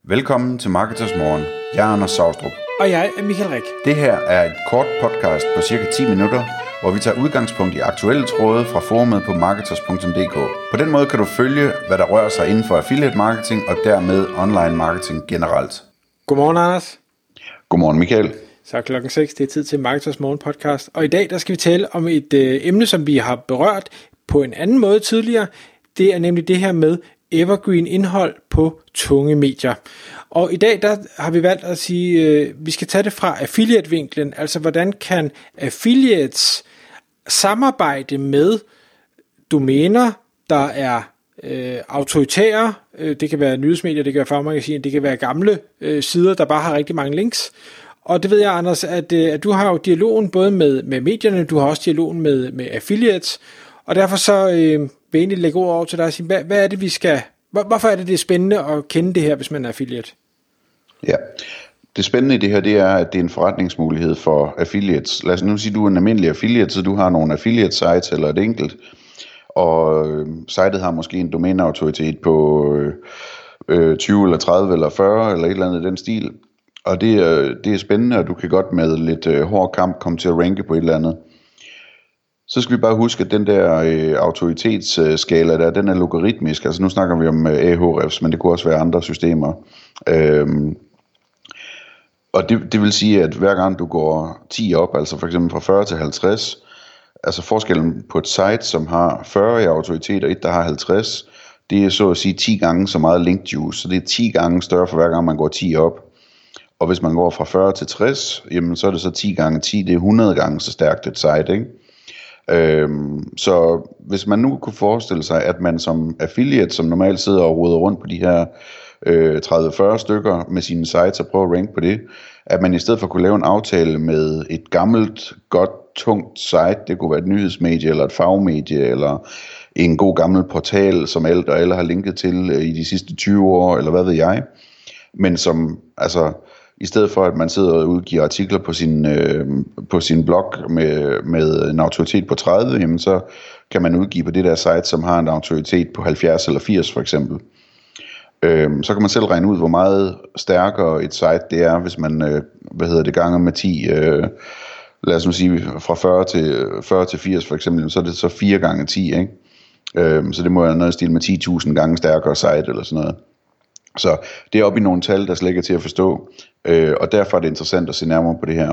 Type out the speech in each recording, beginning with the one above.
Velkommen til Marketers Morgen. Jeg er Anders Saustrup. Og jeg er Michael Rik. Det her er et kort podcast på cirka 10 minutter, hvor vi tager udgangspunkt i aktuelle tråde fra forumet på marketers.dk. På den måde kan du følge, hvad der rører sig inden for affiliate marketing og dermed online marketing generelt. Godmorgen, Anders. Godmorgen, Michael. Så klokken 6, det er tid til Marketers Morgen podcast. Og i dag, der skal vi tale om et emne, som vi har berørt på en anden måde tidligere. Det er nemlig det her med evergreen indhold på tunge medier. Og i dag der har vi valgt at sige, vi skal tage det fra affiliate-vinklen, altså hvordan kan affiliates samarbejde med domæner, der er autoritære, det kan være nyhedsmedier, det kan være fagmagasiner, det kan være gamle sider, der bare har rigtig mange links. Og det ved jeg, Anders, at du har jo dialogen både med medierne, du har også dialogen med affiliates, og derfor så vil jeg egentlig lægge ord over til dig og sige, hvad er det, vi skal, hvorfor er det spændende at kende det her, hvis man er affiliate? Ja, det spændende i det her, det er, at det er en forretningsmulighed for affiliates. Lad os nu sige, at du er en almindelig affiliate, så du har nogle affiliate sites eller et enkelt, og sitet har måske en domæneautoritet på 20 eller 30 eller 40 eller et eller andet i den stil. Og det er spændende, og du kan godt med lidt hård kamp komme til at ranke på et eller andet. Så skal vi bare huske, at den der autoritetsskala der, den er logaritmisk. Altså nu snakker vi om Ahrefs, men det kunne også være andre systemer. Og det vil sige, at hver gang du går 10 op, altså for eksempel fra 40 til 50, altså forskellen på et site, som har 40 i autoritet, og et, der har 50, det er så at sige 10 gange så meget link juice, så det er 10 gange større for hver gang man går 10 op. Og hvis man går fra 40 til 60, jamen så er det så 10 gange 10, det er 100 gange så stærkt et site, ikke? Så hvis man nu kunne forestille sig, at man som affiliate, som normalt sidder og roder rundt på de her 30-40 stykker med sine sites og prøver at rank på det, at man i stedet for kunne lave en aftale med et gammelt, godt, tungt site, det kunne være et nyhedsmedie eller et fagmedie eller en god gammel portal, som alt og alle har linket til i de sidste 20 år, eller hvad ved jeg, men som altså i stedet for at man sidder og udgiver artikler på sin blog med en autoritet på 30, jamen så kan man udgive på det der site, som har en autoritet på 70 eller 80 for eksempel. Så kan man selv regne ud, hvor meget stærkere et site det er, hvis man ganger med 10, lad os nu sige fra 40 til 80 for eksempel, så er det så 4 gange 10, ikke? Så det må være noget stil med 10.000 gange stærkere site eller sådan noget. Så det er oppe i nogle tal, der slet ikke er til at forstå, og derfor er det interessant at se nærmere på det her.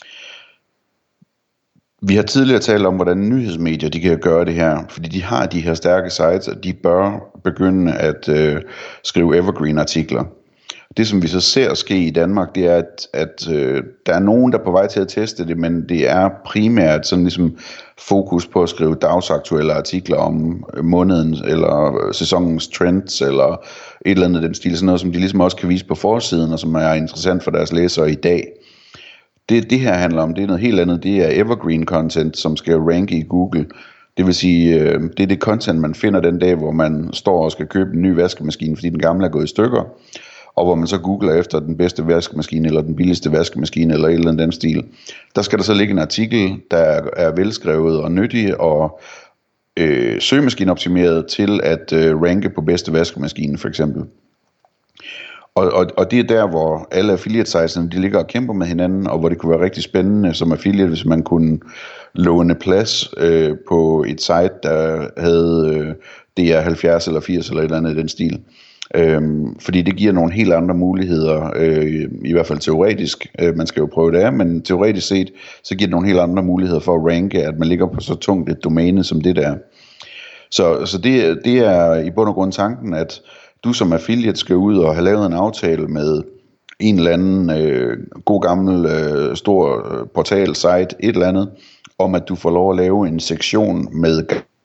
Vi har tidligere talt om, hvordan nyhedsmedier de kan gøre det her, fordi de har de her stærke sites, og de bør begynde at skrive evergreen-artikler. Det, som vi så ser ske i Danmark, det er, at der er nogen, der er på vej til at teste det, men det er primært sådan ligesom fokus på at skrive dagsaktuelle artikler om måneden eller sæsonens trends eller et eller andet den stil, sådan noget, som de ligesom også kan vise på forsiden, og som er interessant for deres læsere i dag. Det her handler om, det er noget helt andet, det er evergreen content, som skal ranke i Google. Det vil sige, det er det content, man finder den dag, hvor man står og skal købe en ny vaskemaskine, fordi den gamle er gået i stykker, og hvor man så googler efter den bedste vaskemaskine, eller den billigste vaskemaskine, eller et eller andet den stil. Der skal der så ligge en artikel, der er velskrevet og nyttig, og søgemaskineoptimeret til at ranke på bedste vaskemaskine, for eksempel. Og det er der, hvor alle affiliate-sitesene, de ligger og kæmper med hinanden, og hvor det kunne være rigtig spændende som affiliate, hvis man kunne låne plads på et site, der havde DR70 eller 80 eller et eller andet i den stil. Fordi det giver nogle helt andre muligheder, i hvert fald teoretisk, man skal jo prøve det af, men teoretisk set, så giver det nogle helt andre muligheder for at ranke, at man ligger på så tungt et domæne som det der. Så det er i bund og grund tanken, at du som affiliate skal ud og have lavet en aftale med en eller anden god gammel stor portal, site, et eller andet, om at du får lov at lave en sektion med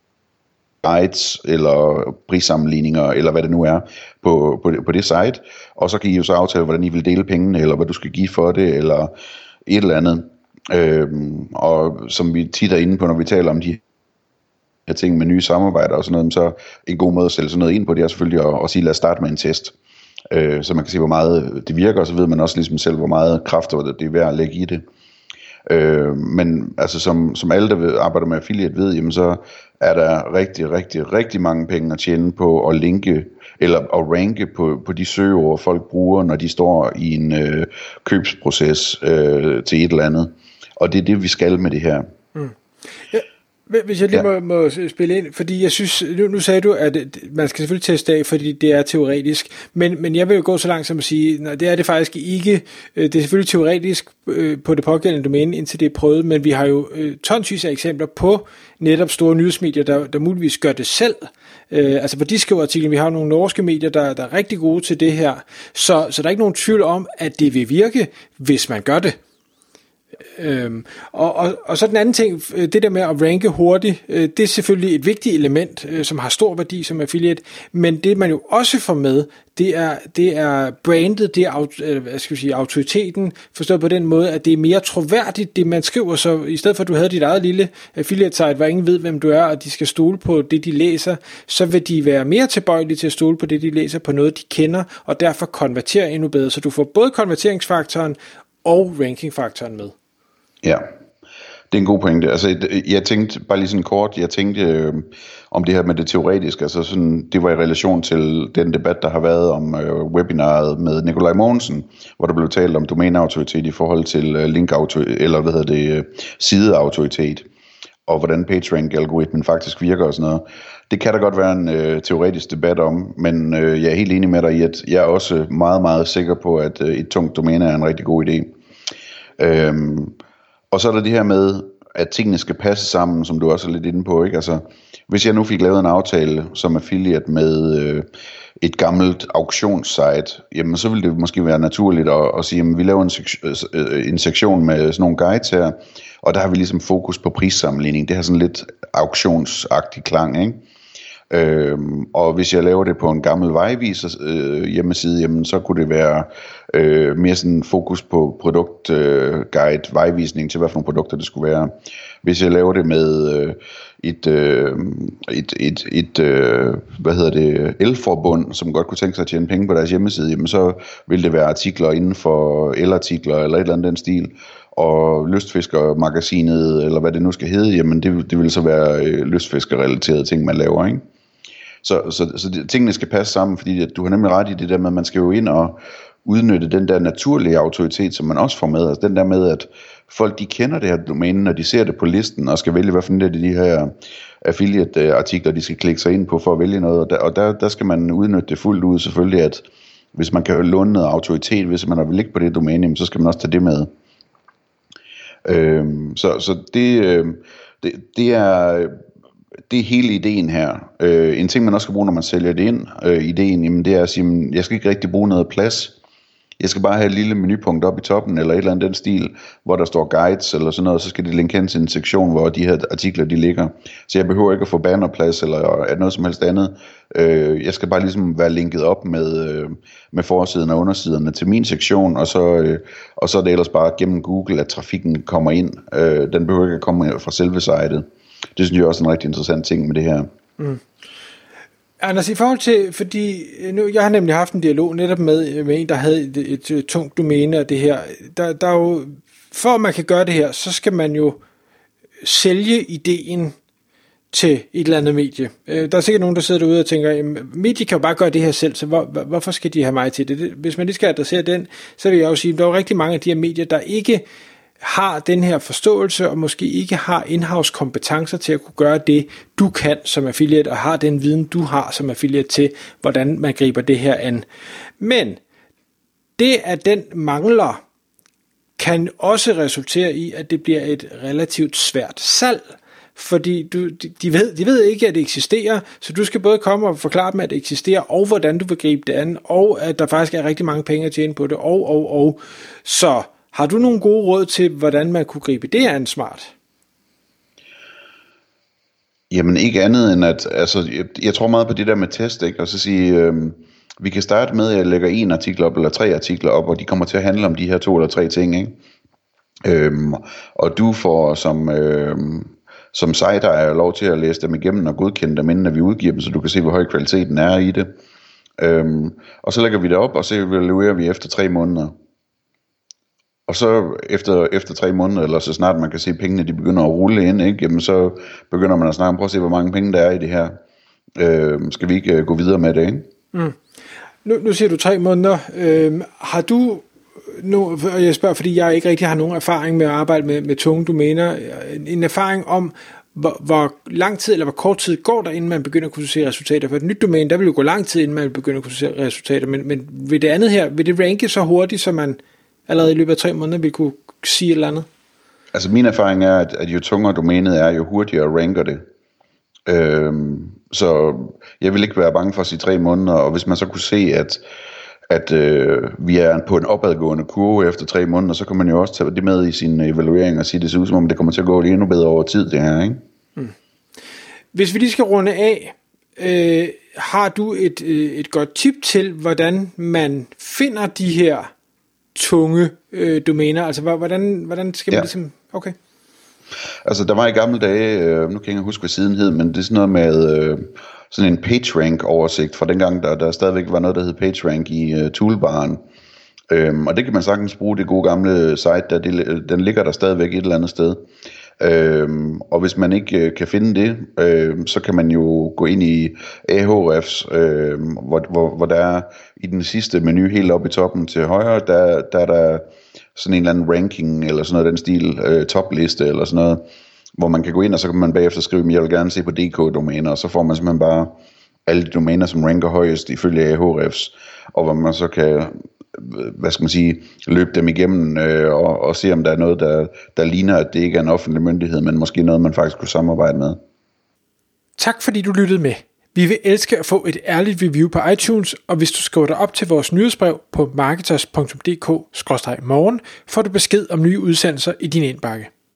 guides eller prissammenligninger eller hvad det nu er på det site, og så kan I jo så aftale, hvordan I vil dele pengene, eller hvad du skal give for det, eller et eller andet. Og som vi tit er inde på, når vi taler om de her ting med nye samarbejder og sådan noget, så en god måde at sælge sådan noget ind på, det er selvfølgelig at sige, lad os starte med en test, så man kan se, hvor meget det virker, og så ved man også ligesom selv, hvor meget kræfter det er værd at lægge i det. Men altså som alle, der arbejder med affiliate ved, jamen så er der rigtig, rigtig, rigtig mange penge at tjene på at linke, eller at ranke på de søgeord, folk bruger, når de står i en købsproces til et eller andet. Og det er det, vi skal med det her. Mm. Ja. Hvis jeg lige må spille ind, fordi jeg synes, nu sagde du, at man skal selvfølgelig teste af, fordi det er teoretisk, men jeg vil jo gå så langt som at sige, nej, det er det faktisk ikke. Det er selvfølgelig teoretisk på det pågældende domæne, indtil det er prøvet, men vi har jo tonsvis af eksempler på netop store nyhedsmedier, der muligvis gør det selv. Altså på de skriverartikler, vi har nogle norske medier, der er rigtig gode til det her, så der er ikke nogen tvivl om, at det vil virke, hvis man gør det. Og så den anden ting, det der med at ranke hurtigt, det er selvfølgelig et vigtigt element, som har stor værdi som affiliate, men det man jo også får med, det er brandet, det er autoriteten, forstået på den måde, at det er mere troværdigt, det man skriver, så i stedet for at du havde dit eget lille affiliate site, hvor ingen ved, hvem du er, og de skal stole på det, de læser, så vil de være mere tilbøjelige til at stole på det, de læser, på noget, de kender, og derfor konvertere endnu bedre, så du får både konverteringsfaktoren og rankingfaktoren med. Ja, det er en god pointe. Altså, jeg tænkte bare lige sådan kort, om det her med det teoretiske, altså sådan, det var i relation til den debat, der har været om webinaret med Nikolaj Mogensen, hvor der blev talt om domæneautoritet i forhold til linkautoritet, eller sideautoritet, og hvordan PageRank-algoritmen faktisk virker og sådan noget. Det kan der godt være en teoretisk debat om, men jeg er helt enig med dig i, at jeg er også meget, meget sikker på, at et tungt domæne er en rigtig god idé. Og så er der det her med, at tingene skal passe sammen, som du også er lidt inde på, ikke? Altså, hvis jeg nu fik lavet en aftale som affiliate med et gammelt auktionssite, jamen så ville det måske være naturligt at sige, jamen vi laver en sektion med sådan nogle guides her, og der har vi ligesom fokus på prissammenligning. Det har sådan lidt auktionsagtig klang, ikke? Og hvis jeg laver det på en gammel vejviser hjemmeside, jamen så kunne det være mere sådan fokus på produktguide, vejvisning til hvad for nogle produkter det skulle være. Hvis jeg laver det med et elforbund, som godt kunne tænke sig at tjene penge på deres hjemmeside, jamen så vil det være artikler inden for elartikler eller et eller andet den stil. Og lystfiskermagasinet, eller hvad det nu skal hedde, jamen det vil så være lystfiskerrelaterede ting, man laver, ikke? Så tingene skal passe sammen, fordi du har nemlig ret i det der med, at man skal jo ind og udnytte den der naturlige autoritet, som man også får med. Altså den der med, at folk de kender det her domæne, når de ser det på listen, og skal vælge, hvad for de her affiliate-artikler, de skal klikke sig ind på for at vælge noget. Og der skal man udnytte det fuldt ud, selvfølgelig, at hvis man kan låne noget autoritet, hvis man vil ligge på det domæne, så skal man også tage det med. Så det er hele ideen her. En ting man også skal bruge, når man sælger det ind, ideen, jamen det er at sige, jeg skal ikke rigtig bruge noget plads. Jeg skal bare have et lille menupunkt op i toppen, eller et eller andet den stil, hvor der står guides eller sådan noget, så skal det linke hen til en sektion, hvor de her artikler de ligger. Så jeg behøver ikke at få bannerplads eller noget som helst andet. Jeg skal bare ligesom være linket op med forsiden og undersiderne til min sektion, og så er det ellers bare gennem Google, at trafikken kommer ind. Den behøver ikke at komme fra selve sitet. Det synes jeg også er en rigtig interessant ting med det her. Mm. Anders, i forhold til, fordi nu, jeg har nemlig haft en dialog netop med en, der havde et tungt domæne af det her. Der er jo, for at man kan gøre det her, så skal man jo sælge ideen til et eller andet medie. Der er sikkert nogen, der sidder derude og tænker, medie kan jo bare gøre det her selv, så hvorfor skal de have mig til det? Hvis man lige skal adressere den, så vil jeg jo sige, at der er jo rigtig mange af de her medier, der ikke har den her forståelse, og måske ikke har in-house kompetencer til at kunne gøre det, du kan som affiliate, og har den viden, du har som affiliate til, hvordan man griber det her an. Men det, at den mangler, kan også resultere i, at det bliver et relativt svært salg, fordi de ved ikke, at det eksisterer, så du skal både komme og forklare dem, at det eksisterer, og hvordan du vil gribe det an, og at der faktisk er rigtig mange penge at tjene på det, og. Så har du nogle gode råd til, hvordan man kunne gribe det an smart? Jamen ikke andet end at, altså jeg tror meget på det der med test, ikke? Og så sige, vi kan starte med, at jeg lægger 1 artikel op, eller 3 artikler op, og de kommer til at handle om de her 2 eller 3 ting, ikke? Og du får som site er lov til at læse dem igennem og godkende dem, inden vi udgiver dem, så du kan se, hvor høj kvaliteten er i det. Og så lægger vi det op, og så evaluerer vi efter 3 måneder. Og så efter 3 måneder, eller så snart man kan se, at pengene de begynder at rulle ind, ikke? Jamen så begynder man at snakke om, prøv at se, hvor mange penge der er i det her. Skal vi ikke gå videre med det, ikke? Nu siger du 3 måneder. Har du nu, og jeg spørger, fordi jeg ikke rigtig har nogen erfaring med at arbejde med tunge domæner, en erfaring om, hvor lang tid eller hvor kort tid går der, inden man begynder at kunne se resultater? For et nyt domæne, der vil jo gå lang tid, inden man begynder at kunne se resultater, men ved det andet her, vil det ranke så hurtigt, så man allerede i løbet af 3 måneder vil kunne sige et eller andet? Altså min erfaring er, at jo tungere domænet er, jo hurtigere ranker det. Så jeg vil ikke være bange for at sige 3 måneder, og hvis man så kunne se, at vi er på en opadgående kurve efter 3 måneder, så kan man jo også tage det med i sin evaluering og sige, det ser ud som om det kommer til at gå lige endnu bedre over tid, det her, ikke? Hvis vi lige skal runde af, har du et godt tip til, hvordan man finder de her tunge domæner? Altså hvordan skal man ligesom... Okay. Altså der var i gamle dage, nu kan jeg ikke huske hvad siden hed, men det er sådan noget med sådan en PageRank oversigt fra dengang der stadigvæk var noget der hed PageRank i toolbaren, og det kan man sagtens bruge, det gode gamle site der, den ligger der stadigvæk et eller andet sted, og hvis man ikke kan finde det, så kan man jo gå ind i Ahrefs, hvor der er i den sidste menu helt oppe i toppen til højre, der er der sådan en eller anden ranking eller sådan noget den stil, topliste eller sådan noget, hvor man kan gå ind, og så kan man bagefter skrive, jeg vil gerne se på DK-domæner, og så får man simpelthen bare alle de domæner, som ranker højest ifølge Ahrefs, og hvor man så kan, hvad skal man sige, løbe dem igennem og se, om der er noget, der ligner, at det ikke er en offentlig myndighed, men måske noget, man faktisk kunne samarbejde med. Tak fordi du lyttede med. Vi vil elske at få et ærligt review på iTunes, og hvis du skriver dig op til vores nyhedsbrev på marketers.dk/morgen, får du besked om nye udsendelser i din indbakke.